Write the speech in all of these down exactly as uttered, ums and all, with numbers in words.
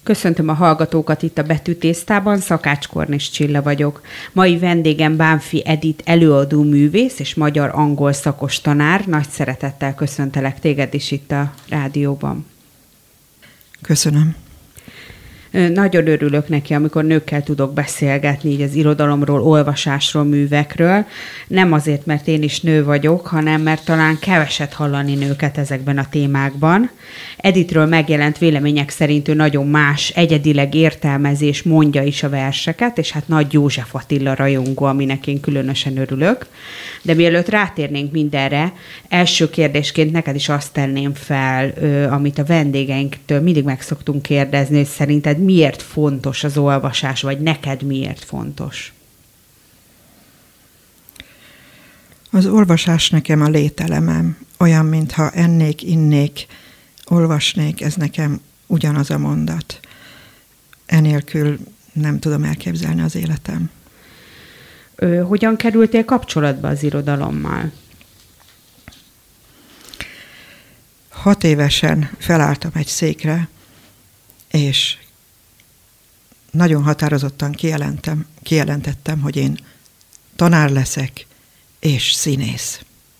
Köszöntöm a hallgatókat itt a Betűtésztában, Szakács Kornis Csilla vagyok. Mai vendégem Bánffy Edit előadó művész és magyar-angol szakos tanár. Nagy szeretettel köszöntelek téged is itt a rádióban. Köszönöm. Nagyon örülök neki, amikor nőkkel tudok beszélgetni így az irodalomról, olvasásról, művekről. Nem azért, mert én is nő vagyok, hanem mert talán keveset hallani nőket ezekben a témákban. Editről megjelent vélemények szerint ő nagyon más, egyedileg értelmezés, mondja is a verseket, és hát Nagy József Attila rajongó, aminek én különösen örülök. De mielőtt rátérnénk mindenre, első kérdésként neked is azt tenném fel, amit a vendégeinktől mindig meg szoktunk kérdezni, hogy szerinted miért fontos az olvasás, vagy neked miért fontos? Az olvasás nekem a lételemem. Olyan, mintha ennék, innék, olvasnék, ez nekem ugyanaz a mondat. Enélkül nem tudom elképzelni az életem. Ö, hogyan kerültél kapcsolatba az irodalommal? Hat évesen felálltam egy székre, és nagyon határozottan kijelentem, kijelentettem, hogy én tanár leszek, és színész.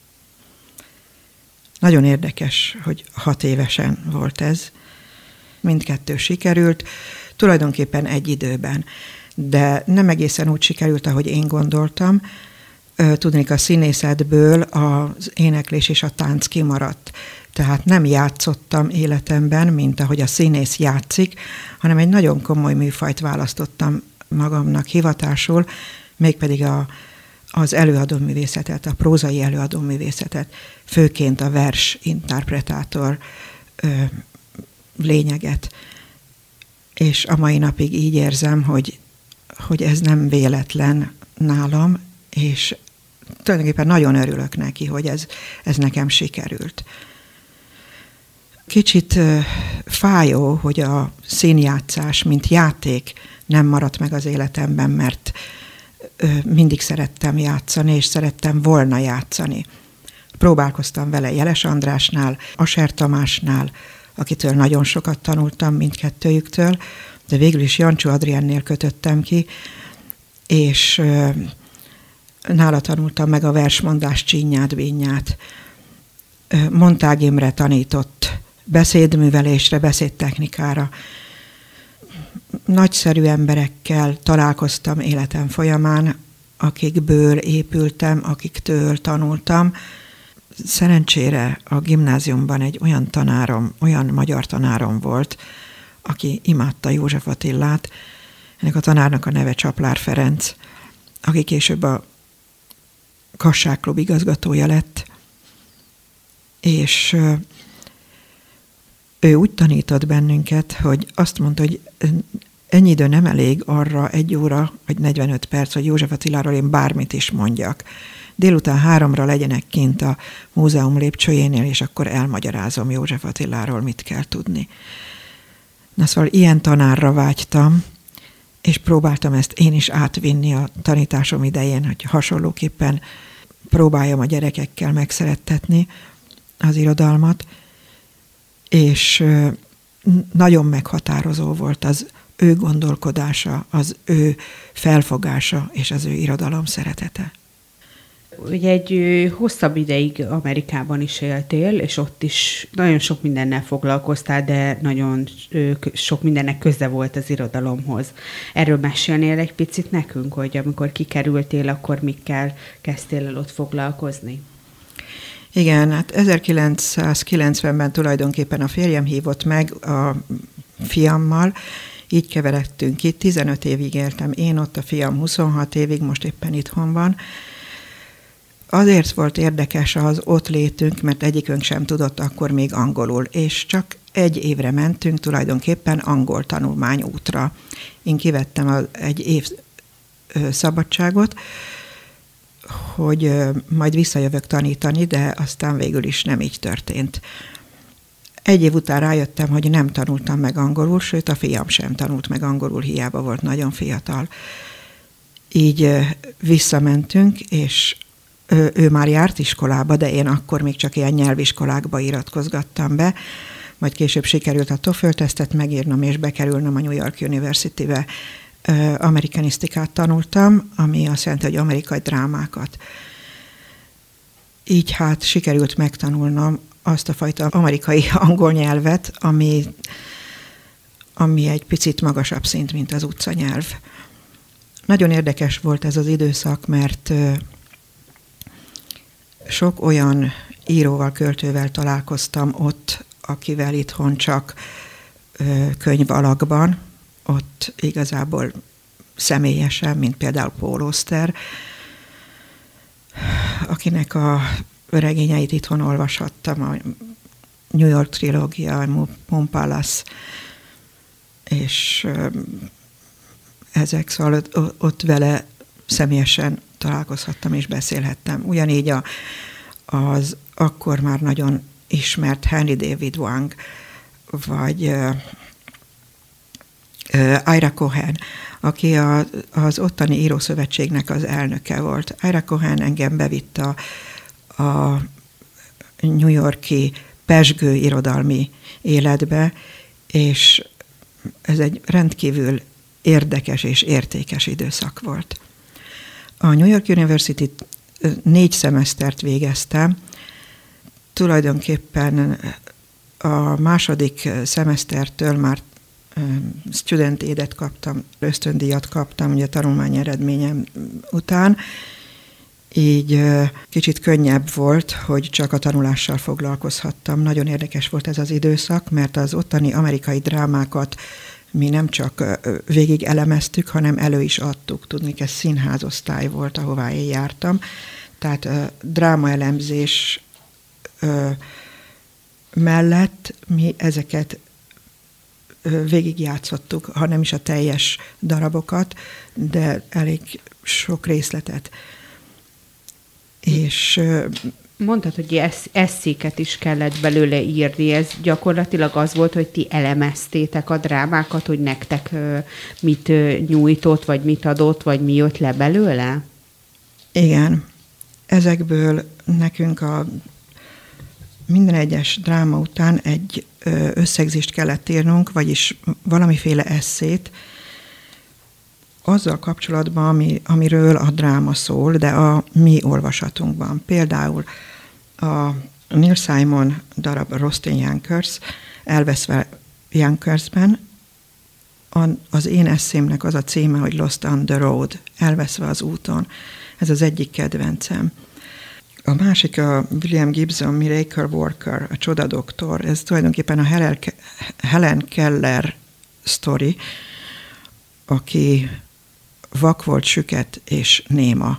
Nagyon érdekes, hogy hat évesen volt ez. Mindkettő sikerült, tulajdonképpen egy időben. De nem egészen úgy sikerült, ahogy én gondoltam. Tudnék, a színészetből az éneklés és a tánc kimaradt. Tehát nem játszottam életemben, mint ahogy a színész játszik, hanem egy nagyon komoly műfajt választottam magamnak hivatásul, mégpedig a, az előadóművészetet, a prózai előadóművészetet, főként a vers interpretátor ö, lényeget. És a mai napig így érzem, hogy, hogy ez nem véletlen nálam, és tulajdonképpen nagyon örülök neki, hogy ez, ez nekem sikerült. Kicsit fájó, hogy a színjátszás, mint játék nem maradt meg az életemben, mert mindig szerettem játszani, és szerettem volna játszani. Próbálkoztam vele Jeles Andrásnál, Aser Tamásnál, akitől nagyon sokat tanultam mindkettőjüktől, de végül is Jancsó Adriennél kötöttem ki, és nála tanultam meg a versmondás csínyát, bínyát. Montág Imre tanított beszédművelésre, beszédtechnikára. Nagyszerű emberekkel találkoztam életem folyamán, akikből épültem, akiktől tanultam. Szerencsére a gimnáziumban egy olyan tanárom, olyan magyar tanárom volt, aki imádta József Attilát. Ennek a tanárnak a neve Csaplár Ferenc, aki később a Kasságklub igazgatója lett, és ő úgy tanított bennünket, hogy azt mondta, hogy ennyi idő nem elég arra egy óra, vagy negyvenöt perc, hogy József Attiláról én bármit is mondjak. Délután háromra legyenek kint a múzeum lépcsőjénél, és akkor elmagyarázom József Attiláról, mit kell tudni. Na szóval ilyen tanárra vágytam, és próbáltam ezt én is átvinni a tanításom idején, hogy hasonlóképpen próbáljam a gyerekekkel megszerettetni az irodalmat, és nagyon meghatározó volt az ő gondolkodása, az ő felfogása és az ő irodalom szeretete. Ugye egy hosszabb ideig Amerikában is éltél, és ott is nagyon sok mindennel foglalkoztál, de nagyon sok mindennek köze volt az irodalomhoz. Erről mesélnél egy picit nekünk, hogy amikor kikerültél, akkor mikkel kezdtél el ott foglalkozni? Igen, hát ezerkilencszázkilencvenben tulajdonképpen a férjem hívott meg a fiammal, így keveredtünk ki, tizenöt évig éltem én ott, a fiam huszonhat évig, most éppen itthon van. Azért volt érdekes az ott létünk, mert egyikünk sem tudott akkor még angolul, és csak egy évre mentünk tulajdonképpen angol tanulmány útra. Én kivettem az egy év szabadságot, hogy majd visszajövök tanítani, de aztán végül is nem így történt. Egy év után rájöttem, hogy nem tanultam meg angolul, sőt a fiam sem tanult meg angolul, hiába volt nagyon fiatal. Így visszamentünk, és ő, ő már járt iskolába, de én akkor még csak ilyen nyelviskolákba iratkozgattam be. majd később sikerült a TOEFL-tesztet megírnom, és bekerülnöm a New York University-be. Amerikanisztikát tanultam, ami azt jelenti, hogy amerikai drámákat. Így hát sikerült megtanulnom azt a fajta amerikai angol nyelvet, ami, ami egy picit magasabb szint, mint az utcanyelv. Nagyon érdekes volt ez az időszak, mert sok olyan íróval, költővel találkoztam ott, akivel itthon csak könyv alakban, ott igazából személyesen, mint például Paul Auster, akinek a regényeit itthon olvashattam, a New York trilógia, a Moon Palace, és ezek, szóval ott vele személyesen találkozhattam és beszélhettem. Ugyanígy a, az akkor már nagyon ismert Henry David Wang, vagy uh, uh, Ira Cohen, aki a, az ottani írószövetségnek az elnöke volt. Ira Cohen engem bevitt a, a New York-i pezsgő irodalmi életbe, és ez egy rendkívül érdekes és értékes időszak volt. A New York University négy szemesztert végeztem. Tulajdonképpen a második szemesztertől már student aid-et kaptam, ösztöndíjat kaptam, ugye a tanulmány eredményem után. Így kicsit könnyebb volt, hogy csak a tanulással foglalkozhattam. Nagyon érdekes volt ez az időszak, mert az ottani amerikai drámákat mi nem csak végig elemeztük, hanem elő is adtuk. Tudni, ez színházosztály volt, ahová én jártam. Tehát drámaelemzés mellett mi ezeket végigjátszottuk, ha nem is a teljes darabokat, de elég sok részletet. És mondtad, hogy esz- eszéket is kellett belőle írni. Ez gyakorlatilag az volt, hogy ti elemeztétek a drámákat, hogy nektek mit nyújtott, vagy mit adott, vagy mi jött le belőle? Igen. Ezekből nekünk a minden egyes dráma után egy összegzést kellett írnunk, vagyis valamiféle esszét, azzal kapcsolatban, ami, amiről a dráma szól, de a mi olvasatunkban. Például a Neil Simon darab Lost in Yonkers, elveszve Yonkersben, az én eszémnek az a címe, hogy Lost on the Road, elveszve az úton. Ez az egyik kedvencem. A másik a William Gibson Miracle Worker, a Csoda Doktor. Ez tulajdonképpen a Helen Keller sztori, aki vak volt, süket és néma.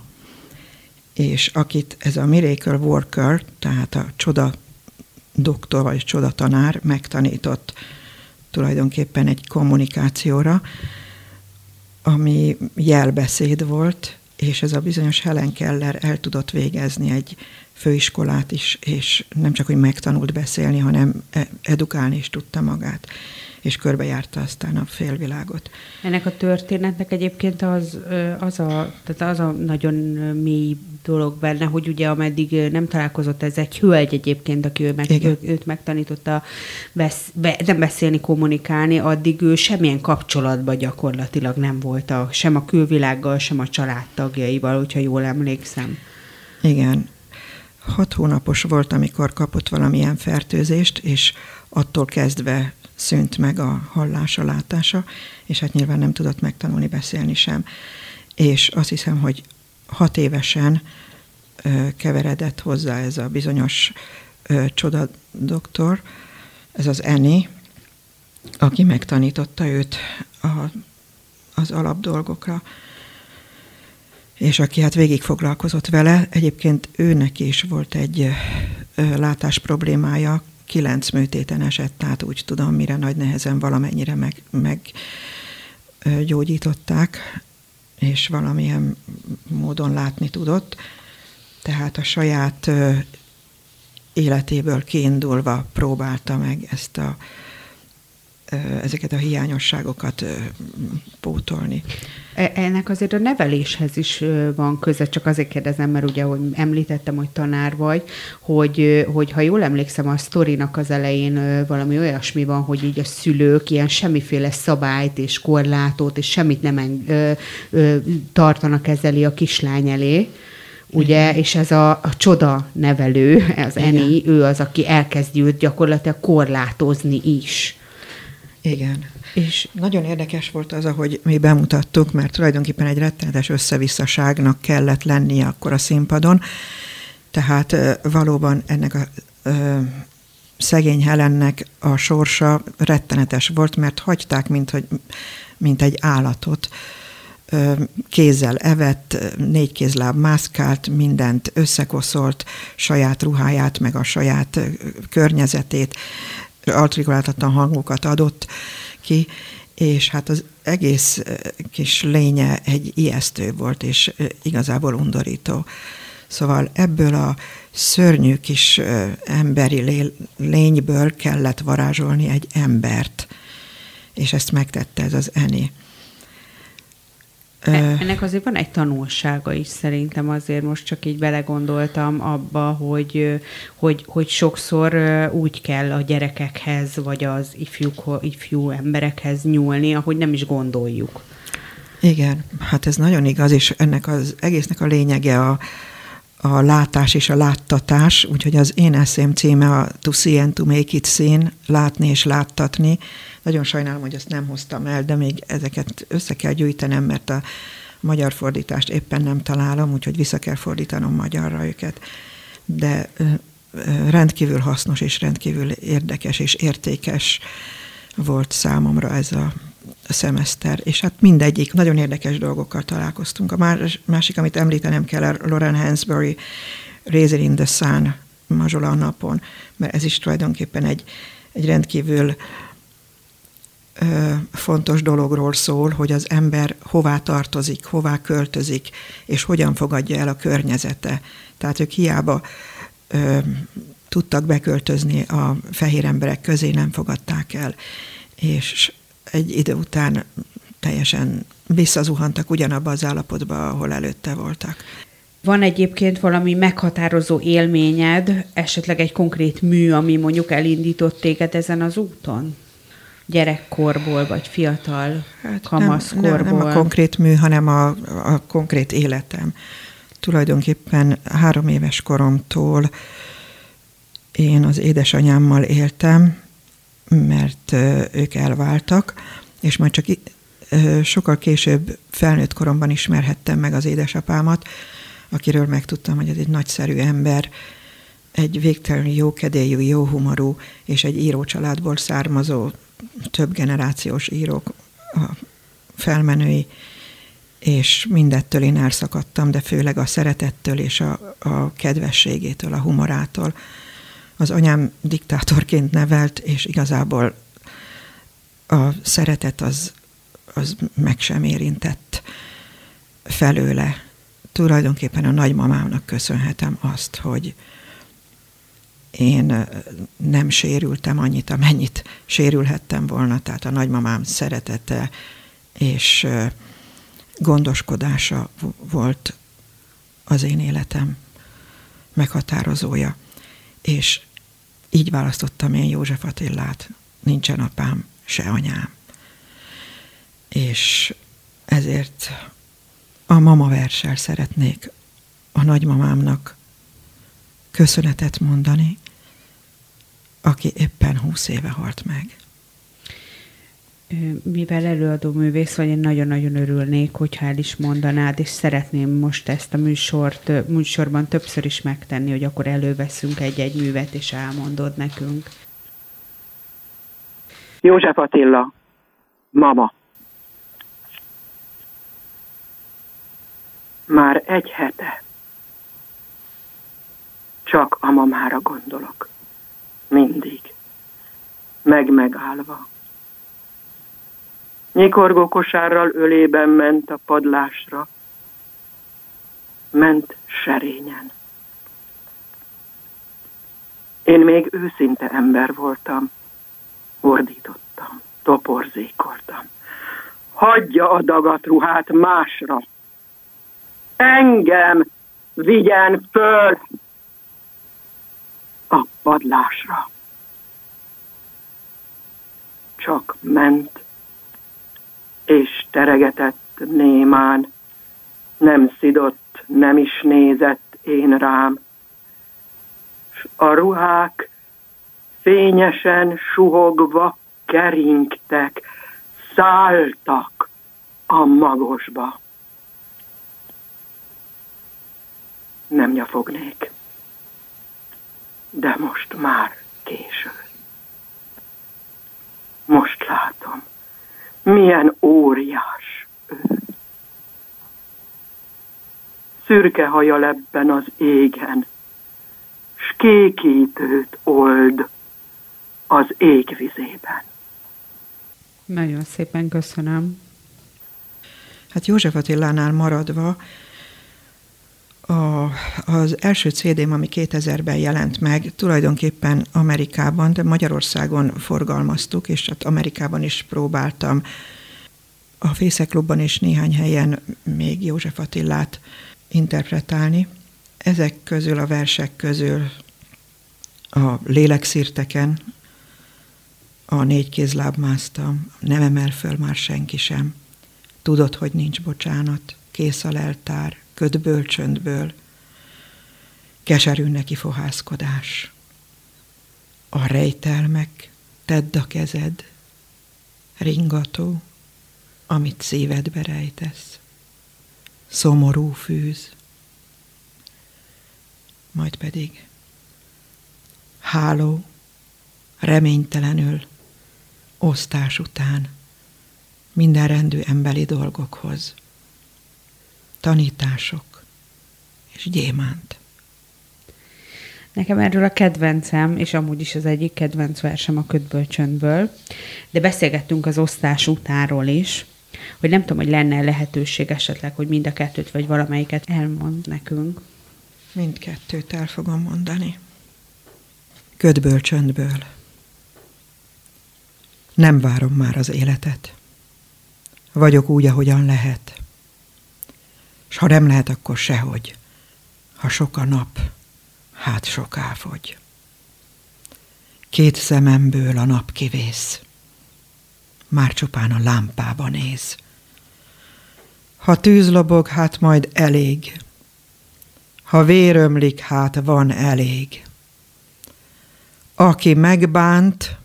És akit ez a Miracle Worker, tehát a csoda doktor vagy csoda tanár megtanított tulajdonképpen egy kommunikációra, ami jelbeszéd volt, és ez a bizonyos Helen Keller el tudott végezni egy főiskolát is, és nem csak, hogy megtanult beszélni, hanem edukálni is tudta magát, és körbejárta aztán a félvilágot. Ennek a történetnek egyébként az, az, a, tehát az a nagyon mély dolog benne, hogy ugye ameddig nem találkozott ez egy hölgy egyébként, aki ő meg, ő, őt megtanította besz, be, nem beszélni, kommunikálni, addig ő semmilyen kapcsolatban gyakorlatilag nem volt a, sem a külvilággal, sem a családtagjaival, hogyha jól emlékszem. Igen. Hat hónapos volt, amikor kapott valamilyen fertőzést, és attól kezdve szűnt meg a hallása, látása, és hát nyilván nem tudott megtanulni beszélni sem. És azt hiszem, hogy hat évesen ö, keveredett hozzá ez a bizonyos ö, csoda doktor, ez az Annie, aki megtanította őt a, az alapdolgokra, és aki hát végig foglalkozott vele. Egyébként őnek is volt egy ö, látás problémája, kilenc műtéten esett, tehát úgy tudom, mire nagy nehezen valamennyire meg, meg ö, gyógyították, és valamilyen módon látni tudott. Tehát a saját ö, életéből kiindulva próbálta meg ezt a ezeket a hiányosságokat pótolni. Ennek azért a neveléshez is van köze, csak azért kérdezem, mert ugye, hogy említettem, hogy tanár vagy, hogy, hogy ha jól emlékszem, a sztorinak az elején valami olyasmi van, hogy így a szülők ilyen semmiféle szabályt és korlátot, és semmit nem en, ö, ö, tartanak ezeli a kislány elé, ugye, igen. És ez a, a csoda nevelő, az Eni, ő az, aki elkezdi őt gyakorlatilag korlátozni is. Igen. És nagyon érdekes volt az, ahogy mi bemutattuk, mert tulajdonképpen egy rettenetes összevisszaságnak kellett lennie akkor a színpadon. Tehát valóban ennek a ö, szegény Helennek a sorsa rettenetes volt, mert hagyták, mint, hogy, mint egy állatot. Ö, kézzel evett, négy kézláb mászkált, mindent összekoszolt, saját ruháját, meg a saját környezetét, artikuláltatlan hangokat adott ki, és hát az egész kis lénye egy ijesztő volt, és igazából undorító. Szóval ebből a szörnyű kis emberi lényből kellett varázsolni egy embert, és ezt megtette ez az Eni. Ennek azért van egy tanulsága is szerintem, azért most csak így belegondoltam abba, hogy, hogy, hogy sokszor úgy kell a gyerekekhez, vagy az ifjú, ifjú emberekhez nyúlni, ahogy nem is gondoljuk. Igen, hát ez nagyon igaz, és ennek az egésznek a lényege a, a látás és a láttatás, úgyhogy az én eszém címe a To See and to Make It Seen, látni és láttatni. Nagyon sajnálom, hogy ezt nem hoztam el, de még ezeket össze kell gyűjtenem, mert a magyar fordítást éppen nem találom, úgyhogy vissza kell fordítanom magyarra őket. De rendkívül hasznos és rendkívül érdekes és értékes volt számomra ez a szemeszter, és hát mindegyik nagyon érdekes dolgokkal találkoztunk. A másik, amit említenem kell, a Lauren Hansberry Raisin in the Sun, Mazsola a napon, mert ez is tulajdonképpen egy, egy rendkívül ö, fontos dologról szól, hogy az ember hová tartozik, hová költözik, és hogyan fogadja el a környezete. Tehát ők hiába ö, tudtak beköltözni a fehér emberek közé, nem fogadták el, és egy idő után teljesen visszazuhantak ugyanabba az állapotba, ahol előtte voltak. Van egyébként valami meghatározó élményed, esetleg egy konkrét mű, ami mondjuk elindított téged ezen az úton? Gyerekkorból, vagy fiatal hát kamaszkorból? Nem, nem, nem a konkrét mű, hanem a, a konkrét életem. Tulajdonképpen három éves koromtól én az édesanyámmal éltem, mert ők elváltak, és majd csak sokkal később felnőtt koromban ismerhettem meg az édesapámat, akiről megtudtam, hogy ez egy nagyszerű ember, egy végtelenül jókedélyű, jóhumorú, és egy írócsaládból származó, több generációs írók a felmenői, és mindettől én elszakadtam, de főleg a szeretettől és a, a kedvességétől, a humorától. Az anyám diktátorként nevelt, és igazából a szeretet az, az meg sem érintett felőle. Tulajdonképpen a nagymamámnak köszönhetem azt, hogy én nem sérültem annyit, amennyit sérülhettem volna. Tehát a nagymamám szeretete és gondoskodása volt az én életem meghatározója. És így választottam én József Attilát, nincsen apám, se anyám. És ezért a mama verssel szeretnék a nagymamámnak köszönetet mondani, aki éppen húsz éve halt meg. Mivel előadó művész vagy, én nagyon-nagyon örülnék, hogyha el is mondanád, és szeretném most ezt a műsort, műsorban többször is megtenni, hogy akkor előveszünk egy-egy művet, és elmondod nekünk. József Attila, mama. Már egy hete csak a mamára gondolok. Mindig. Meg-megállva. Nyikorgó kosárral ölében ment a padlásra. Ment serényen. Én még őszinte ember voltam. Ordítottam. toporzékoltam. Hagyja a dagatruhát másra. Engem vigyen föl a padlásra. Csak ment, és teregetett némán, nem szidott, nem is nézett én rám. S a ruhák fényesen suhogva keringtek, szálltak a magosba. Nem nyafognék, de most már késő. Most látom, milyen óriás ő. Szürke haja lebben az égen, s kékítőt old az égvizében. Nagyon szépen köszönöm. Hát József Attilánál maradva, a, az első cé dém, ami kétezerben jelent meg, tulajdonképpen Amerikában, de Magyarországon forgalmaztuk, és hát Amerikában is próbáltam a Fészeklubban és néhány helyen még József Attilát interpretálni. Ezek közül, a versek közül a Lélekszirteken, a Négy kézláb másztam, nem emel föl már senki sem, tudod, hogy nincs bocsánat, kész a leltár, ködből, csöndből, keserű neki fohászkodás. A rejtelmek, tedd a kezed, ringató, amit szívedbe rejtesz, szomorú fűz, majd pedig háló, reménytelenül, osztás után, minden rendű emberi dolgokhoz, tanítások és gyémánt. Nekem erről a kedvencem, és amúgy is az egyik kedvenc versem a Ködből, csöndből, de beszélgettünk az osztás utánról is, hogy nem tudom, hogy lenne lehetőség esetleg, hogy mind a kettőt, vagy valamelyiket elmond nekünk. Mindkettőt el fogom mondani. Ködből, csöndből. Nem várom már az életet. Vagyok úgy, ahogyan lehet. S ha nem lehet, akkor sehogy. Ha sok a nap, hát soká fogy. Két szememből a nap kivész. Már csupán a lámpába néz. Ha tűz lobog, hát majd elég. Ha vér ömlik, hát van elég. Aki megbánt,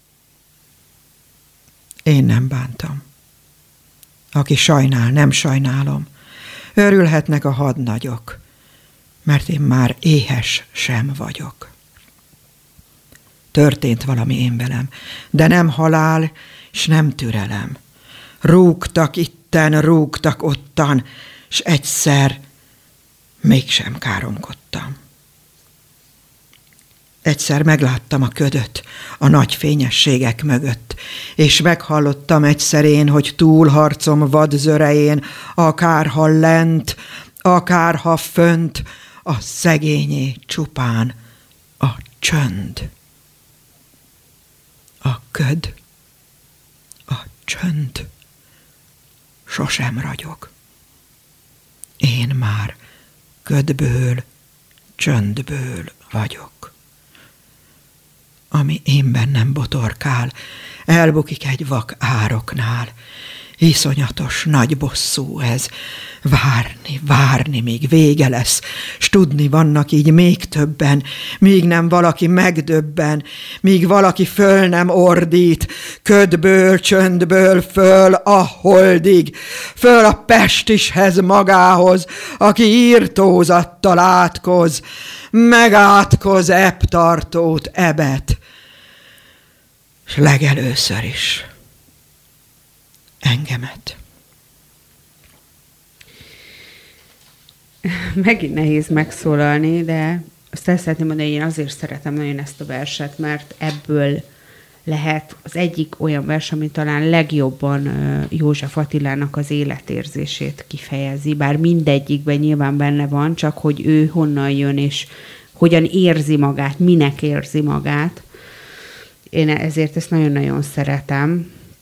én nem bántam. Aki sajnál, nem sajnálom. Örülhetnek a hadnagyok, mert én már éhes sem vagyok. Történt valami én velem, de nem halál, s nem türelem. Rúgtak itten, rúgtak ottan, s egyszer mégsem káromkodtam. Egyszer megláttam a ködöt a nagy fényességek mögött, és meghallottam egyszer én, hogy túlharcom vad zörején, akárha lent, akárha fönt, a szegényé csupán a csönd. A köd, a csönd sosem ragyog. Én már ködből, csöndből vagyok. Ami én bennem botorkál, elbukik egy vak ároknál. Iszonyatos nagy bosszú ez, várni, várni, míg vége lesz, s tudni vannak így még többen, míg nem valaki megdöbben, míg valaki föl nem ordít, ködből, csöndből föl a holdig, föl a pestishez magához, aki írtózattal átkoz, megátkoz ebb-tartót ebet, s legelőször is engemet. Megint nehéz megszólalni, de azt el szeretném mondani, hogy én azért szeretem nagyon ezt a verset, mert ebből lehet az egyik olyan vers, ami talán legjobban József Attilának az életérzését kifejezi, bár mindegyikben nyilván benne van, csak hogy ő honnan jön, és hogyan érzi magát, minek érzi magát. Én ezért ezt nagyon-nagyon szeretem.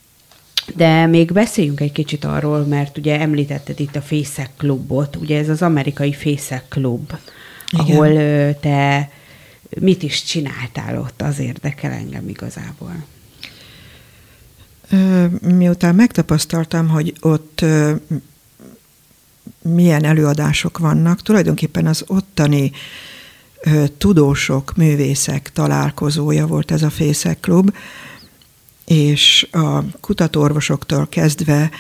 De még beszéljünk egy kicsit arról, mert ugye említetted itt a Fészek Klubot, ugye ez az amerikai Fészek Klub, igen, ahol te mit is csináltál ott, az érdekel engem igazából. Miután megtapasztaltam, hogy ott milyen előadások vannak, tulajdonképpen az ottani tudósok, művészek találkozója volt ez a Fészek Klub, és a kutatóorvosoktól kezdve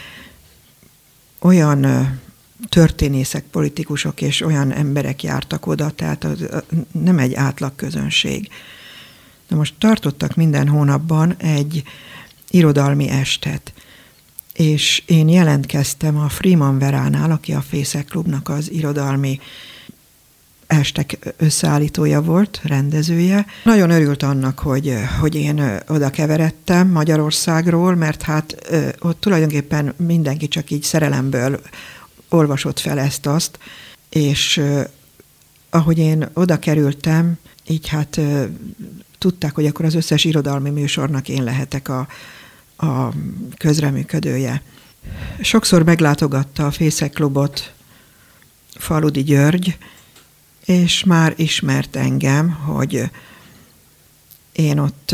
olyan történészek, politikusok és olyan emberek jártak oda, tehát nem egy átlag közönség. Na most tartottak minden hónapban egy irodalmi estet, és én jelentkeztem a Freeman Veránál, aki a Fészek Klubnak az irodalmi estek összeállítója volt, rendezője. Nagyon örült annak, hogy, hogy én oda keveredtem Magyarországról, mert hát ott tulajdonképpen mindenki csak így szerelemből olvasott fel ezt-azt, és ahogy én oda kerültem, így hát tudták, hogy akkor az összes irodalmi műsornak én lehetek a, a közreműködője. Sokszor meglátogatta a Fészek Klubot Faludi György, és már ismert engem, hogy én ott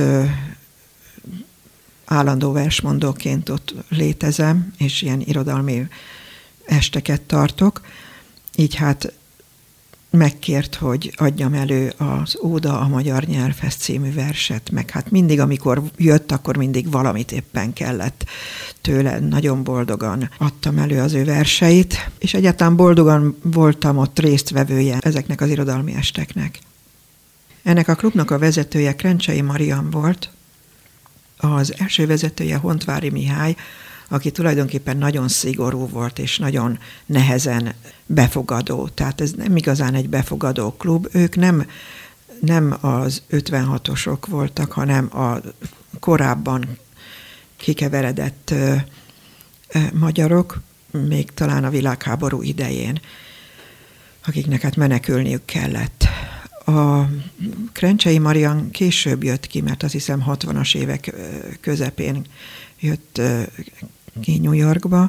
állandó versmondóként ott létezem, és ilyen irodalmi esteket tartok. Így hát megkért, hogy adjam elő az Óda a magyar nyelvhez című verset, meg hát mindig, amikor jött, akkor mindig valamit éppen kellett tőle. Nagyon boldogan adtam elő az ő verseit, és egyáltalán boldogan voltam ott résztvevője ezeknek az irodalmi esteknek. Ennek a klubnak a vezetője Krencsei Marian volt, az első vezetője Hontvári Mihály, aki tulajdonképpen nagyon szigorú volt, és nagyon nehezen befogadó. Tehát ez nem igazán egy befogadó klub. Ők nem, nem az ötvenhatosok voltak, hanem a korábban kikeveredett ö, ö, magyarok, még talán a világháború idején, akiknek hát menekülniük kellett. A Krencsei Marian később jött ki, mert azt hiszem hatvanas évek közepén jött ki New Yorkba,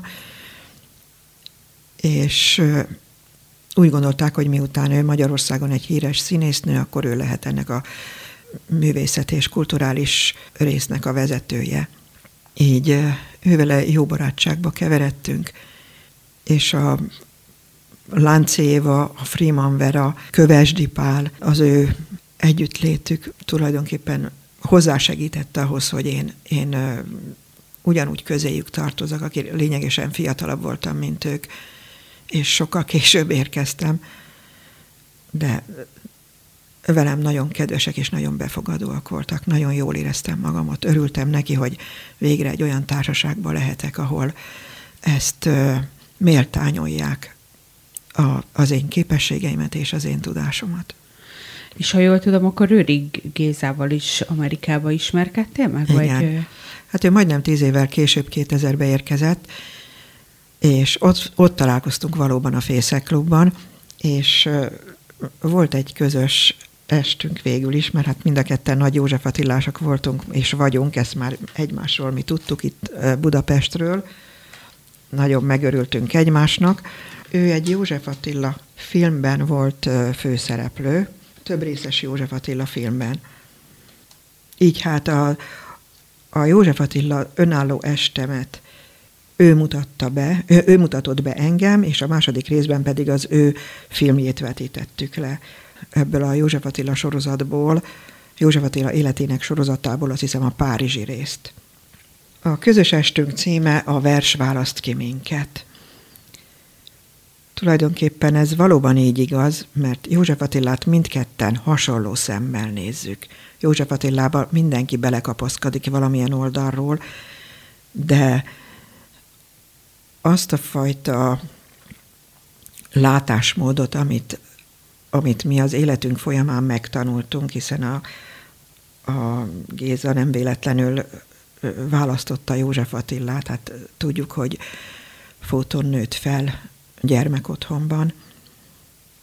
és úgy gondolták, hogy miután ő Magyarországon egy híres színésznő, akkor ő lehet ennek a művészeti és kulturális résznek a vezetője. Így ővele jó barátságba keveredtünk, és a Lánci Éva, a Freeman Vera, Kövesdi Pál, az ő együttlétük tulajdonképpen hozzásegítette ahhoz, hogy én, én ugyanúgy közéjük tartozok, aki lényegesen fiatalabb voltam, mint ők, és sokkal később érkeztem, de velem nagyon kedvesek és nagyon befogadóak voltak. Nagyon jól éreztem magamat, örültem neki, hogy végre egy olyan társaságban lehetek, ahol ezt méltányolják a, az én képességeimet és az én tudásomat. És ha jól tudom, akkor Rőrig Gézával is Amerikába ismerkedtél meg? Igen. Vagy... Hát ő majdnem tíz évvel később kétezerbe érkezett, és ott, ott találkoztunk valóban a Fészek Klubban, és volt egy közös estünk végül is, mert hát mind a ketten Nagy József Attilások voltunk, és vagyunk, ezt már egymásról mi tudtuk itt Budapestről, nagyon megörültünk egymásnak. Ő egy József Attila filmben volt főszereplő, több részes József Attila filmben. Így hát a, a József Attila önálló estemet ő mutatta be, ő, ő mutatott be engem, és a második részben pedig az ő filmjét vetítettük le. Ebből a József Attila sorozatból, József Attila életének sorozatából, azt hiszem a párizsi részt. A közös estünk címe a Vers választ ki minket. Tulajdonképpen ez valóban így igaz, mert József Attilát mindketten hasonló szemmel nézzük. József Attilába mindenki belekapaszkodik valamilyen oldalról, de azt a fajta látásmódot, amit, amit mi az életünk folyamán megtanultunk, hiszen a, a Géza nem véletlenül választotta József Attilát, hát tudjuk, hogy Fóton nőtt fel gyermekotthonban,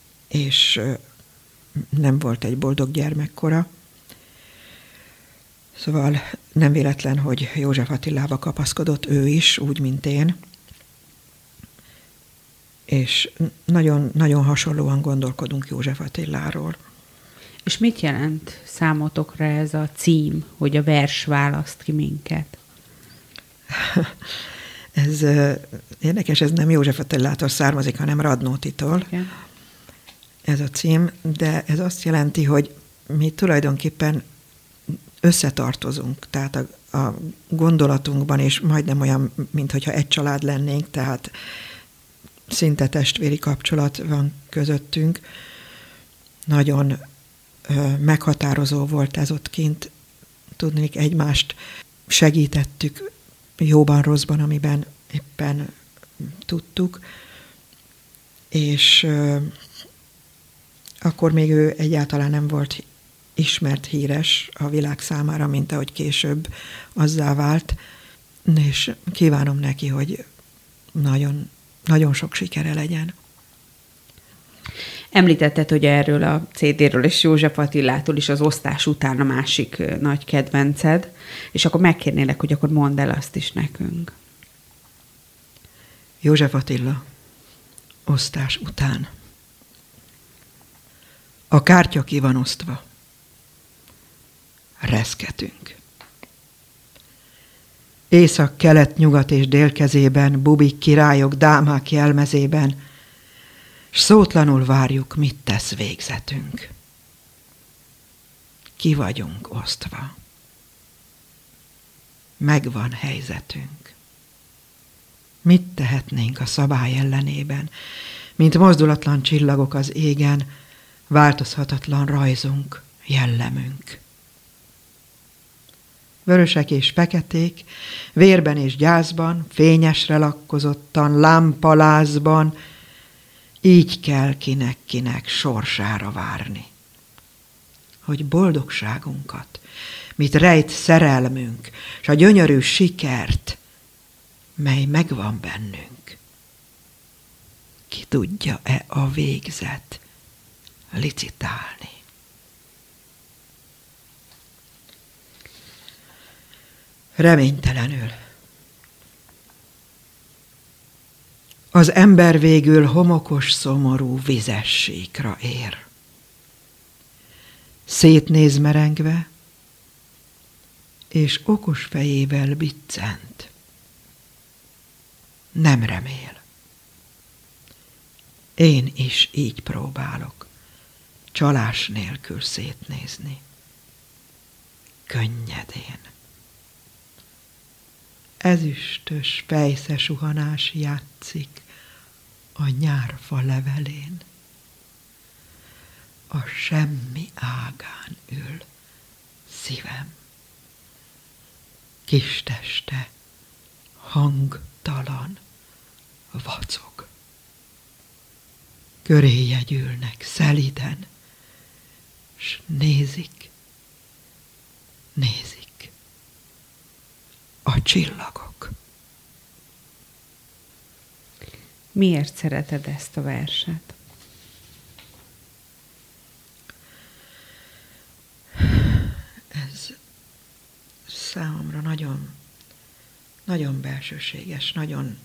és nem volt egy boldog gyermekkora. Szóval nem véletlen, hogy József Attilába kapaszkodott ő is, úgy, mint én. És nagyon, nagyon hasonlóan gondolkodunk József Attiláról. És mit jelent számotokra ez a cím, hogy a vers választ ki minket? Ez uh, érdekes, ez nem József Attilától származik, hanem Radnótitól. Igen. Ez a cím, de ez azt jelenti, hogy mi tulajdonképpen összetartozunk, tehát a, a gondolatunkban, és majdnem olyan, mintha egy család lennénk, tehát szinte testvéri kapcsolat van közöttünk. Nagyon ö, meghatározó volt ez ott kint. Tudnék, egymást segítettük jóban, rosszban, amiben éppen tudtuk. És ö, akkor még ő egyáltalán nem volt ismert, híres a világ számára, mint ahogy később azzá vált. És kívánom neki, hogy nagyon Nagyon sok sikere legyen. Említetted, hogy erről a cé dé-ről és József Attilától is az osztás után a másik nagy kedvenced, és akkor megkérnélek, hogy akkor mondd el azt is nekünk. József Attila, osztás után. A kártya ki van osztva. Reszketünk. Észak, kelet, nyugat és dél kezében, bubik, királyok, dámák jelmezében, s szótlanul várjuk, mit tesz végzetünk. Ki vagyunk osztva. Megvan helyzetünk. Mit tehetnénk a szabály ellenében, mint mozdulatlan csillagok az égen, változhatatlan rajzunk, jellemünk. Vörösek és feketék, vérben és gyászban, fényesre lakkozottan, lámpalázban, így kell kinek-kinek sorsára várni. Hogy boldogságunkat, mit rejt szerelmünk, s a gyönyörű sikert, mely megvan bennünk. Ki tudja-e a végzet licitálni? Reménytelenül. Az ember végül homokos, szomorú vizes síkra ér. Szétnéz merengve, és okos fejével biccent. Nem remél. Én is így próbálok, csalás nélkül szétnézni. Könnyedén. Ezüstös fejszesuhanás játszik a nyárfa levelén. A semmi ágán ül szívem. Kis teste hangtalan vacog. Köréje gyűlnek szeliden, s nézik, nézik a csillagok. Miért szereted ezt a verset? Ez számomra nagyon, nagyon belsőséges, nagyon,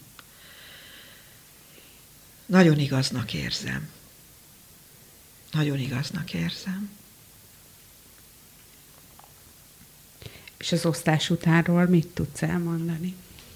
nagyon igaznak érzem. Nagyon igaznak érzem. És az osztás utánról mit tudsz elmondani?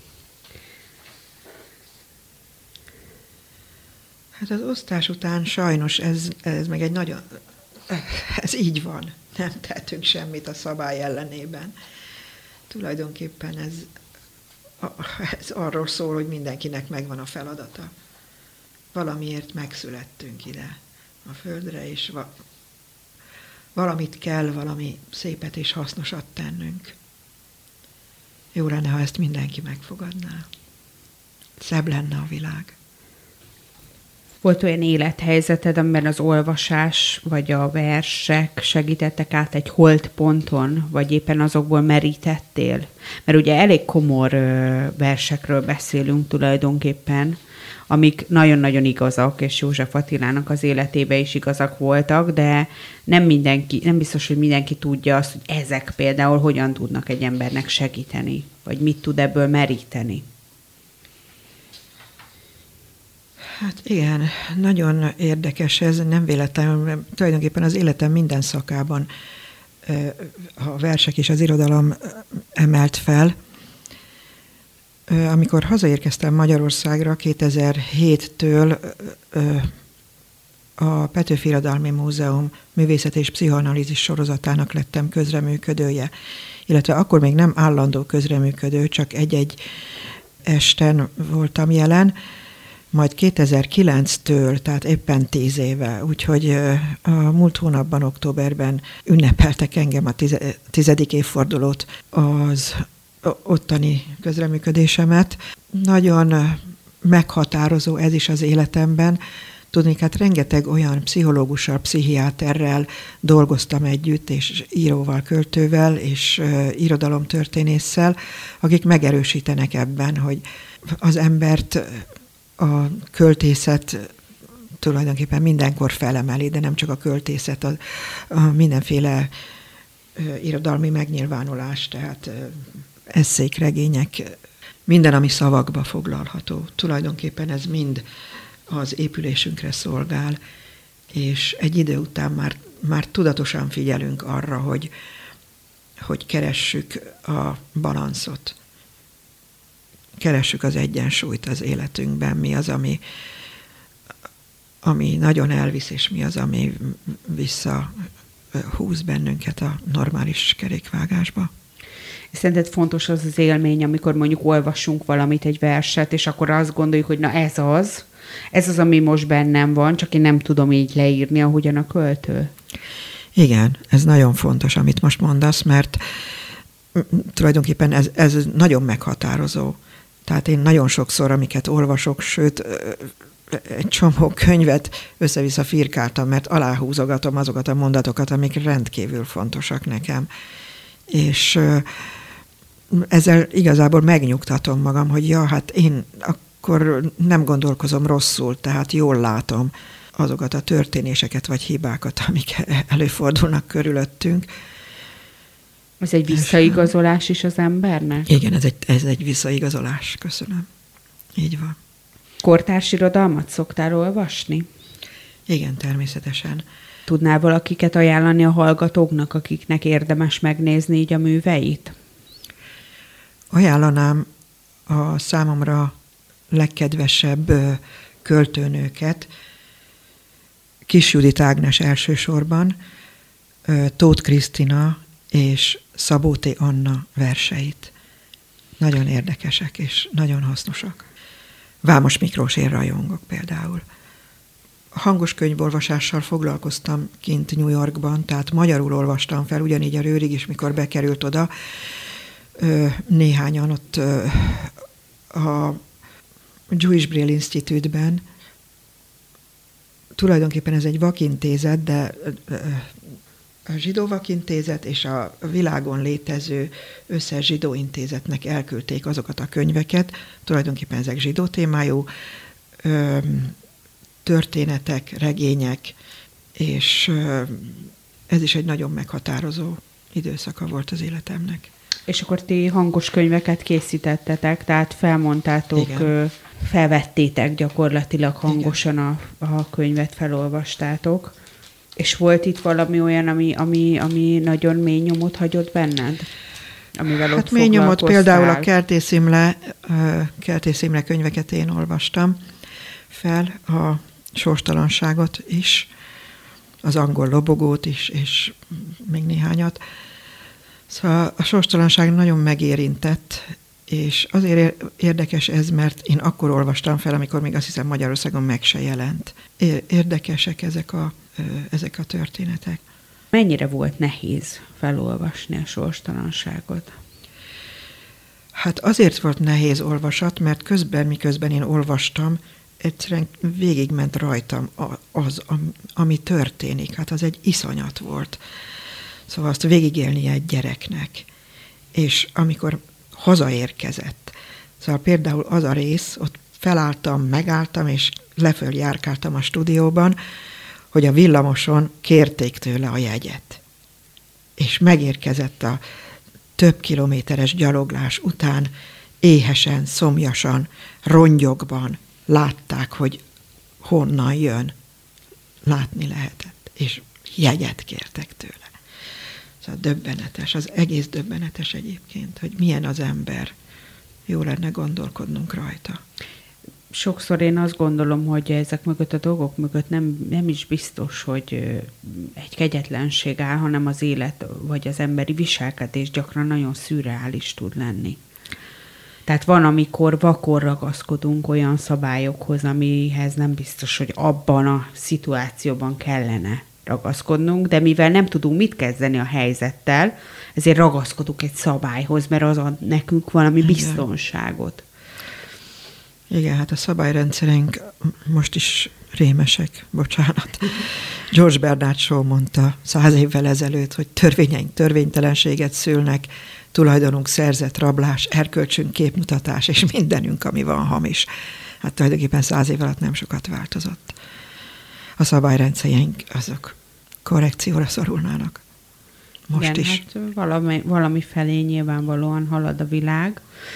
Hát az osztás után sajnos ez, ez meg egy nagyon... Ez így van. Nem tehetünk semmit a szabály ellenében. Tulajdonképpen ez, ez arról szól, hogy mindenkinek megvan a feladata. Valamiért megszülettünk ide a földre, és va, valamit kell, valami szépet és hasznosat tennünk. Jó lenne, ha ezt mindenki megfogadná. Szebb lenne a világ. Volt olyan élethelyzeted, amiben az olvasás vagy a versek segítettek át egy holdponton, vagy éppen azokból merítettél? Mert ugye elég komor versekről beszélünk tulajdonképpen, amik nagyon-nagyon igazak, és József Attilának az életében is igazak voltak, de nem mindenki, nem biztos, hogy mindenki tudja azt, hogy ezek például hogyan tudnak egy embernek segíteni, vagy mit tud ebből meríteni. Hát igen, nagyon érdekes ez, nem véletlenül, tulajdonképpen az életem minden szakában a versek és az irodalom emelt fel. Amikor hazaérkeztem Magyarországra kétezer-héttől a Petőfi Irodalmi Múzeum művészet és pszichoanalízis sorozatának lettem közreműködője, illetve akkor még nem állandó közreműködő, csak egy-egy esten voltam jelen, majd kétezer-kilenctől, tehát éppen tíz éve, úgyhogy a múlt hónapban, októberben ünnepeltek engem a tizedik évfordulót az ottani közreműködésemet. Nagyon meghatározó ez is az életemben. Tudni, hát rengeteg olyan pszichológussal, pszichiáterrel dolgoztam együtt, és íróval, költővel, és uh, irodalomtörténésszel, akik megerősítenek ebben, hogy az embert a költészet tulajdonképpen mindenkor felemeli, de nem csak a költészet, a, a mindenféle uh, irodalmi megnyilvánulás, tehát uh, esszék, regények, minden, ami szavakba foglalható. Tulajdonképpen ez mind az épülésünkre szolgál, és egy idő után már, már tudatosan figyelünk arra, hogy, hogy keressük a balanszot. Keressük az egyensúlyt az életünkben, mi az, ami, ami nagyon elvisz, és mi az, ami visszahúz bennünket a normális kerékvágásba. Szerinted fontos az az élmény, amikor mondjuk olvasunk valamit, egy verset, és akkor azt gondoljuk, hogy na ez az, ez az, ami most bennem van, csak én nem tudom így leírni, ahogyan a költő. Igen, ez nagyon fontos, amit most mondasz, mert tulajdonképpen ez, ez nagyon meghatározó. Tehát én nagyon sokszor, amiket olvasok, sőt, egy csomó könyvet össze-vissza firkáltam, mert aláhúzogatom azokat a mondatokat, amik rendkívül fontosak nekem. És ezzel igazából megnyugtatom magam, hogy ja, hát én akkor nem gondolkozom rosszul, tehát jól látom azokat a történéseket vagy hibákat, amik előfordulnak körülöttünk. Ez egy visszaigazolás is az embernek? Igen, ez egy, ez egy visszaigazolás. Köszönöm. Így van. Kortárs irodalmat szoktál olvasni? Igen, természetesen. Tudnál valakiket ajánlani a hallgatóknak, akiknek érdemes megnézni így a műveit? Ajánlanám a számomra legkedvesebb költőnőket, Kis Judit Ágnes elsősorban, Tóth Krisztina és Szabó T. Anna verseit. Nagyon érdekesek és nagyon hasznosak. Vámos Miklós én rajongok például. Hangos könyvolvasással foglalkoztam kint New Yorkban, tehát magyarul olvastam fel, ugyanígy a Rőrig is, mikor bekerült oda. Néhányan ott a Jewish Braille Institute-ben, tulajdonképpen ez egy vakintézet, de a zsidó vakintézet és a világon létező összes zsidó intézetnek elküldték azokat a könyveket, tulajdonképpen ezek zsidó témájú történetek, regények, és ez is egy nagyon meghatározó időszaka volt az életemnek. És akkor ti hangos könyveket készítettetek, tehát felmondtátok, Igen. felvettétek gyakorlatilag hangosan a, a könyvet, felolvastátok. És volt itt valami olyan, ami, ami, ami nagyon mély nyomot hagyott benned? Amivel hát mély nyomot például a Kertész Imre, Kertész Imre könyveket én olvastam fel, a Sorstalanságot is, az Angol lobogót is, és még néhányat. Szóval a sorstalanság nagyon megérintett, és azért érdekes ez, mert én akkor olvastam fel, amikor még azt hiszem Magyarországon meg se jelent. Érdekesek ezek a, ezek a történetek. Mennyire volt nehéz felolvasni a sorstalanságot? Hát azért volt nehéz olvasat, mert közben, miközben én olvastam, egyszerűen végigment rajtam az, ami történik. Hát az egy iszonyat volt. Szóval azt végigélni egy gyereknek. És amikor hazaérkezett, szóval például az a rész, ott felálltam, megálltam, és leföl járkáltam a stúdióban, hogy a villamoson kérték tőle a jegyet. És megérkezett a több kilométeres gyaloglás után, éhesen, szomjasan, rongyokban látták, hogy honnan jön. Látni lehetett, és jegyet kértek tőle. Szóval döbbenetes, az egész döbbenetes egyébként, hogy milyen az ember. Jó lenne gondolkodnunk rajta. Sokszor én azt gondolom, hogy ezek mögött a dolgok mögött nem, nem is biztos, hogy egy kegyetlenség áll, hanem az élet vagy az emberi viselkedés gyakran nagyon szürreális tud lenni. Tehát van, amikor vakon ragaszkodunk olyan szabályokhoz, amihez nem biztos, hogy abban a szituációban kellene ragaszkodnunk, de mivel nem tudunk mit kezdeni a helyzettel, ezért ragaszkodunk egy szabályhoz, mert az ad nekünk valami biztonságot. Igen, hát a szabályrendszerünk most is rémesek, bocsánat. George Bernard Shaw mondta száz évvel ezelőtt, hogy törvényeink törvénytelenséget szülnek, tulajdonunk szerzett rablás, erkölcsünk képmutatás, és mindenünk, ami van, hamis. Hát tulajdonképpen száz év alatt nem sokat változott. A szabályrendszereink azok korrekcióra szorulnának. Most igen, is. Hát valami, valami felé nyilvánvalóan halad a világ,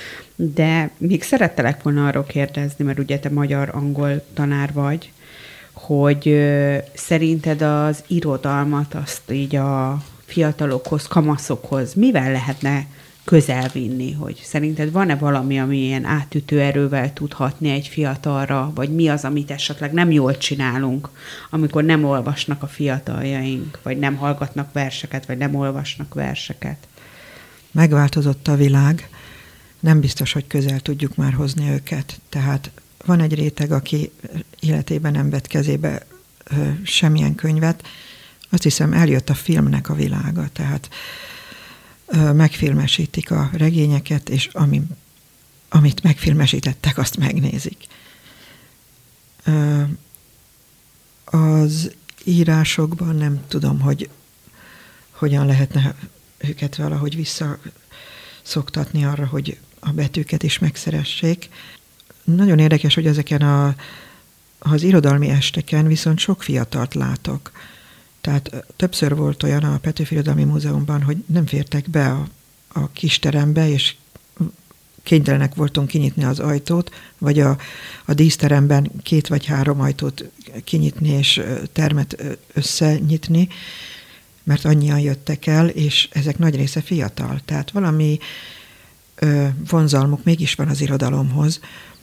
de még szerettelek volna arról kérdezni, mert ugye te magyar-angol tanár vagy, hogy ö, szerinted az irodalmat azt így a fiatalokhoz, kamaszokhoz mivel lehetne közelvinni, hogy szerinted van-e valami, ami ilyen átütő erővel tud hatni egy fiatalra, vagy mi az, amit esetleg nem jól csinálunk, amikor nem olvasnak a fiataljaink, vagy nem hallgatnak verseket, vagy nem olvasnak verseket? Megváltozott a világ, nem biztos, hogy közel tudjuk már hozni őket. Tehát van egy réteg, aki életében nem vett kezébe ö, semmilyen könyvet. Azt hiszem, eljött a filmnek a világa, tehát ö, megfilmesítik a regényeket, és ami, amit megfilmesítettek, azt megnézik. Ö, az írásokban nem tudom, hogy hogyan lehetne őket valahogy visszaszoktatni arra, hogy a betűket is megszeressék. Nagyon érdekes, hogy ezeken a, az irodalmi esteken viszont sok fiatalt látok. Tehát többször volt olyan a Petőfi Irodalmi Múzeumban, hogy nem fértek be a, a kisterembe, és kénytelenek voltunk kinyitni az ajtót, vagy a, a díszteremben két vagy három ajtót kinyitni, és termet összenyitni, mert annyian jöttek el, és ezek nagy része fiatal. Tehát valami ö, vonzalmuk mégis van az irodalomhoz,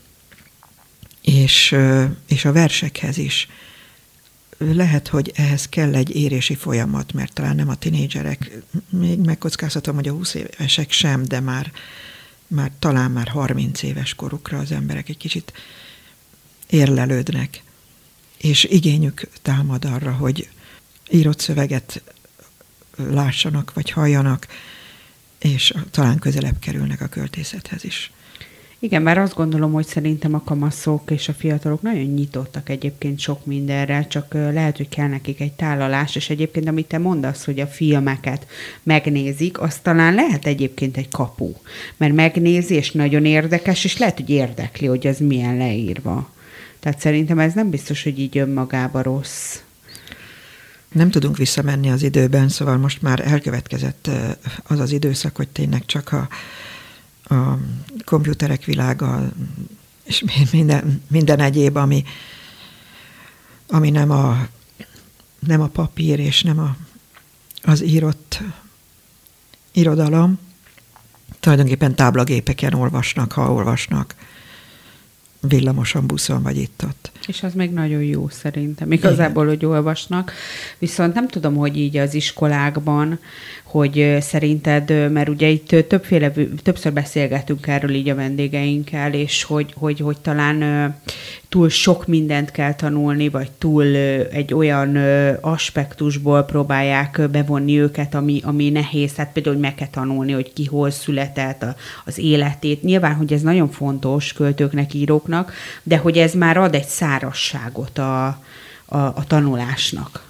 és, ö, és a versekhez is. Lehet, hogy ehhez kell egy érési folyamat, mert talán nem a tinédzserek, még megkockáztatom, hogy a húsz évesek sem, de már, már talán már harminc éves korukra az emberek egy kicsit érlelődnek, és igényük támad arra, hogy írott szöveget lássanak, vagy halljanak, és talán közelebb kerülnek a költészethez is. Igen, mert azt gondolom, hogy szerintem a kamaszok és a fiatalok nagyon nyitottak egyébként sok mindenre, csak lehet, hogy kell nekik egy tálalás, és egyébként, amit te mondasz, hogy a filmeket megnézik, az talán lehet egyébként egy kapu, mert megnézi, és nagyon érdekes, és lehet, hogy érdekli, hogy ez milyen leírva. Tehát szerintem ez nem biztos, hogy így önmagába rossz. Nem tudunk visszamenni az időben, szóval most már elkövetkezett az az időszak, hogy tényleg csak a, a komputerek világa, és minden, minden egyéb, ami, ami nem, a, nem a papír, és nem a, az írott irodalom, tulajdonképpen táblagépeken olvasnak, ha olvasnak, villamoson, buszon, vagy itt-ott. És az még nagyon jó szerintem, igazából, hogy olvasnak. Viszont nem tudom, hogy így az iskolákban, hogy szerinted, mert ugye itt többféle, többször beszélgetünk erről így a vendégeinkkel, és hogy, hogy, hogy talán túl sok mindent kell tanulni, vagy túl egy olyan aspektusból próbálják bevonni őket, ami, ami nehéz. Hát például, hogy meg kell tanulni, hogy ki hol született, az életét. Nyilván, hogy ez nagyon fontos költőknek, íróknak, de hogy ez már ad egy szárazságot a, a, a tanulásnak.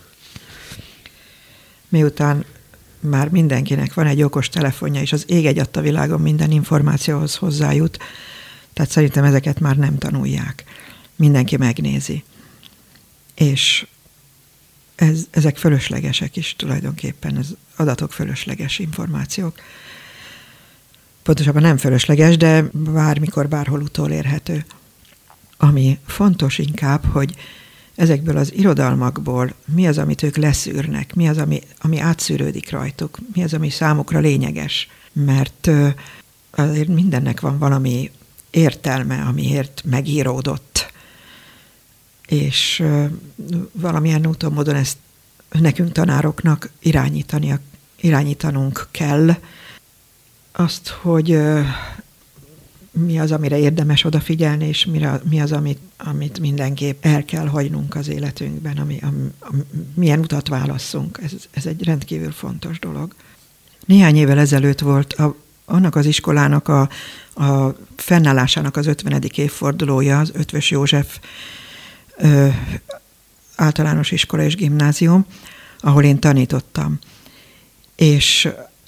Miután már mindenkinek van egy okos telefonja, és az ég egyatt a világon minden információhoz hozzájut, tehát szerintem ezeket már nem tanulják. Mindenki megnézi. És ez, ezek fölöslegesek is tulajdonképpen, ez adatok fölösleges információk. Pontosabban nem fölösleges, de bármikor, bárhol utolérhető. Ami fontos inkább, hogy ezekből az irodalmakból mi az, amit ők leszűrnek, mi az, ami, ami átszűrődik rajtuk, mi az, ami számukra lényeges. Mert azért mindennek van valami értelme, amiért megíródott. És valamilyen úton, módon ezt nekünk tanároknak irányítania, irányítanunk kell. Azt, hogy mi az, amire érdemes odafigyelni, és mire, mi az, amit, amit mindenképp el kell hagynunk az életünkben, ami, ami, ami, milyen utat válasszunk. Ez, ez egy rendkívül fontos dolog. Néhány évvel ezelőtt volt a, annak az iskolának a, a fennállásának az ötvenedik évfordulója, az Eötvös József ö, általános iskola és gimnázium, ahol én tanítottam. És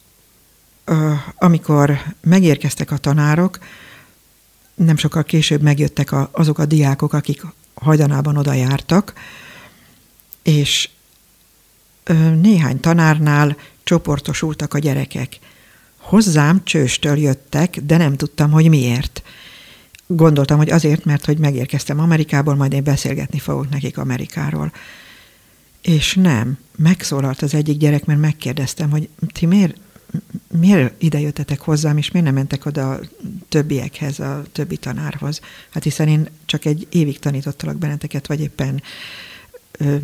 ö, amikor megérkeztek a tanárok, nem sokkal később megjöttek a, azok a diákok, akik hajdanában oda jártak, és ö, néhány tanárnál csoportosultak a gyerekek. Hozzám csőstől jöttek, de nem tudtam, hogy miért. Gondoltam, hogy azért, mert hogy megérkeztem Amerikából, majd én beszélgetni fogok nekik Amerikáról. És nem. Megszólalt az egyik gyerek, mert megkérdeztem, hogy ti miért, miért ide jöttetek hozzám, és miért nem mentek oda a többiekhez, a többi tanárhoz. Hát hiszen én csak egy évig tanítottalak benneteket, vagy éppen ö,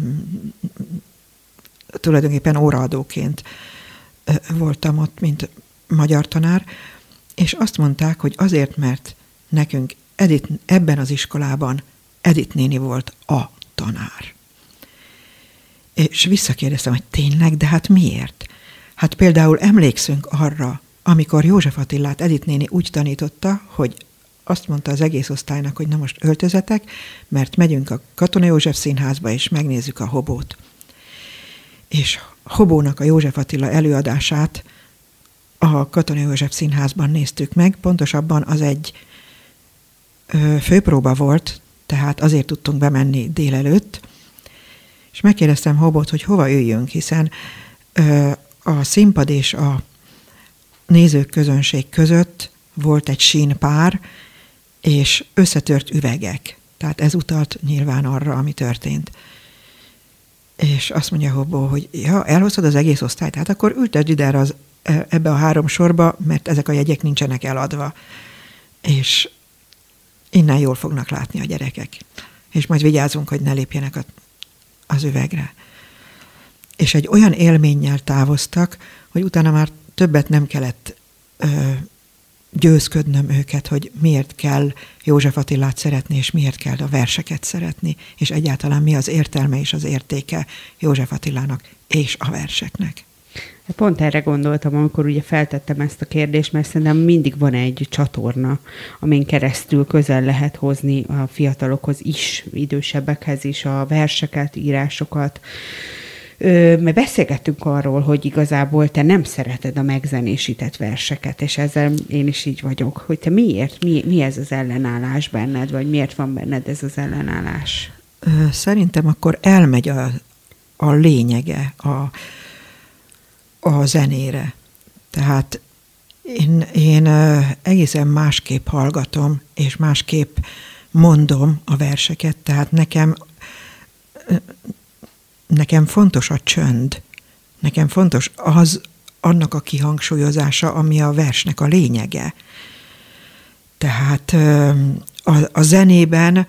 tulajdonképpen óraadóként ö, voltam ott, mint magyar tanár, és azt mondták, hogy azért, mert nekünk Edith, ebben az iskolában Edith néni volt a tanár. És visszakérdeztem, hogy tényleg, de hát miért? Hát például emlékszünk arra, amikor József Attilát Edith néni úgy tanította, hogy azt mondta az egész osztálynak, hogy na most öltözetek, mert megyünk a Katona József Színházba, és megnézzük a Hobót. És Hobónak a József Attila előadását a Katona József Színházban néztük meg, pontosabban az egy ö, főpróba volt, tehát azért tudtunk bemenni délelőtt, és megkérdeztem Hobót, hogy hova üljünk, hiszen ö, a színpad és a nézők közönség között volt egy sínpár, és összetört üvegek. Tehát ez utalt nyilván arra, ami történt. És azt mondja Hobó, hogy ja, elhoztad az egész osztályt, hát akkor ültesd ide az ebbe a három sorba, mert ezek a jegyek nincsenek eladva. És innen jól fognak látni a gyerekek. És majd vigyázzunk, hogy ne lépjenek a, az üvegre. És egy olyan élménnyel távoztak, hogy utána már többet nem kellett ö, győzködnöm őket, hogy miért kell József Attilát szeretni, és miért kell a verseket szeretni, és egyáltalán mi az értelme és az értéke József Attilának és a verseknek. Pont erre gondoltam, amikor ugye feltettem ezt a kérdést, mert szerintem mindig van egy csatorna, amin keresztül közel lehet hozni a fiatalokhoz is, idősebbekhez is a verseket, írásokat. Mert beszélgettünk arról, hogy igazából te nem szereted a megzenésített verseket, és ezzel én is így vagyok, hogy te miért, mi, mi ez az ellenállás benned, vagy miért van benned ez az ellenállás? Szerintem akkor elmegy a, a lényege a, a zenére. Tehát én, én egészen másképp hallgatom, és másképp mondom a verseket, tehát nekem Nekem fontos a csönd, nekem fontos az, annak a kihangsúlyozása, ami a versnek a lényege. Tehát a, a zenében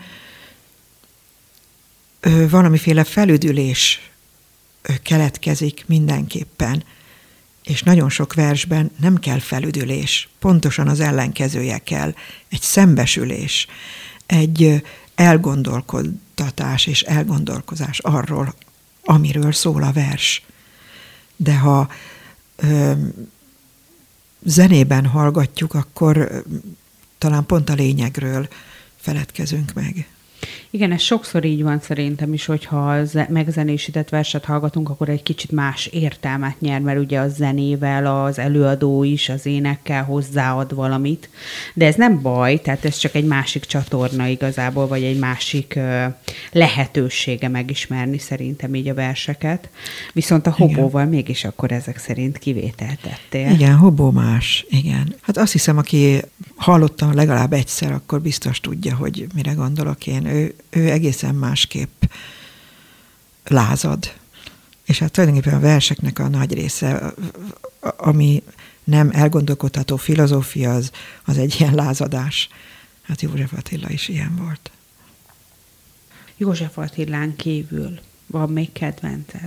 valamiféle felüdülés keletkezik mindenképpen, és nagyon sok versben nem kell felüdülés, pontosan az ellenkezője kell, egy szembesülés, egy elgondolkodtatás és elgondolkozás arról, amiről szól a vers. De ha ö, zenében hallgatjuk, akkor talán pont a lényegről feledkezünk meg. Igen, ez sokszor így van szerintem is, hogyha megzenésített verset hallgatunk, akkor egy kicsit más értelmet nyer, mert ugye a zenével az előadó is az énekkel hozzáad valamit, de ez nem baj, tehát ez csak egy másik csatorna igazából, vagy egy másik uh, lehetősége megismerni szerintem így a verseket. Viszont a hobóval igen. mégis akkor ezek szerint kivételt tettél. Igen, hobó más, igen. Hát azt hiszem, aki hallottam legalább egyszer, akkor biztos tudja, hogy mire gondolok én. Ő, ő egészen másképp lázad. És hát tulajdonképpen a verseknek a nagy része, ami nem elgondolkodható filozófia, az, az egy ilyen lázadás. Hát József Attila is ilyen volt. József Attilán kívül van még kedvenced?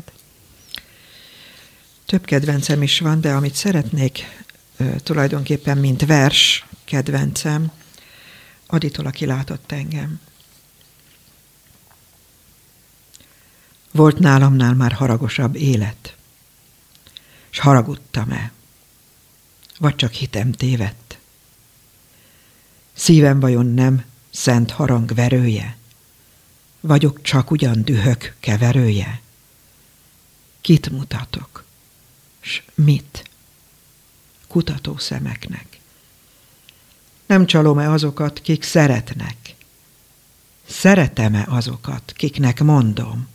Több kedvencem is van, de amit szeretnék tulajdonképpen, mint vers kedvencem, Aditól, aki látott engem. Volt nálamnál már haragosabb élet, s haragudtam-e, vagy csak hitem tévedt? Szívem vajon nem szent harang verője, vagyok csak ugyan dühök keverője? Kit mutatok, s mit? Kutató szemeknek. Nem csalom-e azokat, kik szeretnek? Szeretem-e azokat, kiknek mondom?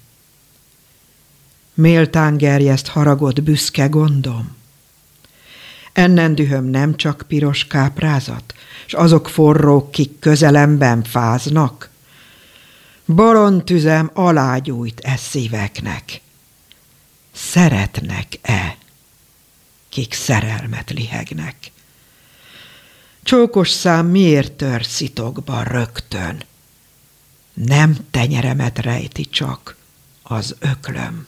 Méltán gerjeszt haragot büszke gondom? Ennen dühöm nem csak piros káprázat, s azok forrók, kik közelemben fáznak? Bolond tüzem alágyújt e szíveknek. Szeretnek-e, kik szerelmet lihegnek? Csókos szám miért tör szitokba rögtön? Nem tenyeremet rejti csak az öklöm.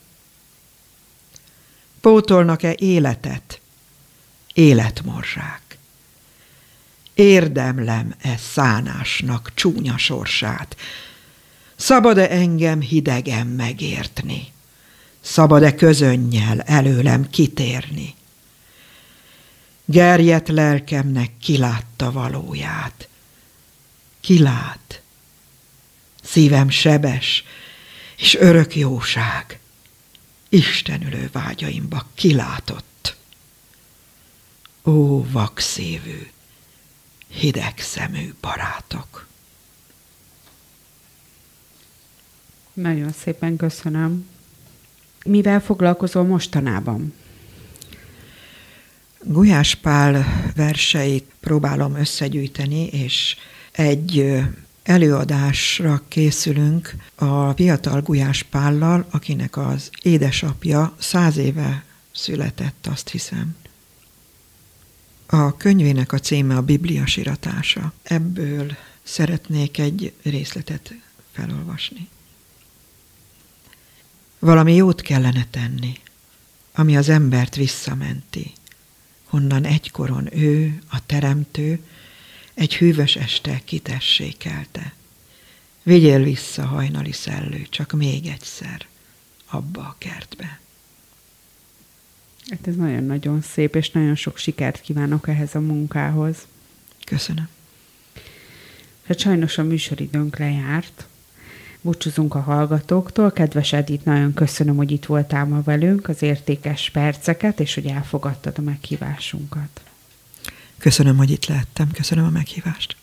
Pótolnak-e életet? Életmorzsák. Érdemlem-e szánásnak csúnya sorsát? Szabad-e engem hidegen megértni? Szabad-e közönnyel előlem kitérni? Gerjedt lelkemnek kilátta valóját. Kilát. Szívem sebes, és örök jóság. Istenülő vágyaimba kilátott. Ó, vakszívű, hideg szemű barátok! Nagyon szépen köszönöm. Mivel foglalkozol mostanában? Gulyás Pál verseit próbálom összegyűjteni, és egy előadásra készülünk a fiatal Gulyás Pállal, akinek az édesapja száz éve született, azt hiszem. A könyvének a címe a Biblia siratása. Ebből szeretnék egy részletet felolvasni. Valami jót kellene tenni, ami az embert visszamenti, honnan egykoron ő, a teremtő, egy hűvös este kitessékelte. Vigyél vissza, hajnali szellő, csak még egyszer, abba a kertbe. Hát ez nagyon-nagyon szép, és nagyon sok sikert kívánok ehhez a munkához. Köszönöm. Hát sajnos a műsoridőnk lejárt. Búcsúzunk a hallgatóktól. Kedves Edith, nagyon köszönöm, hogy itt voltál ma velünk, az értékes perceket, és hogy elfogadtad a meghívásunkat. Köszönöm, hogy itt lehettem. Köszönöm a meghívást.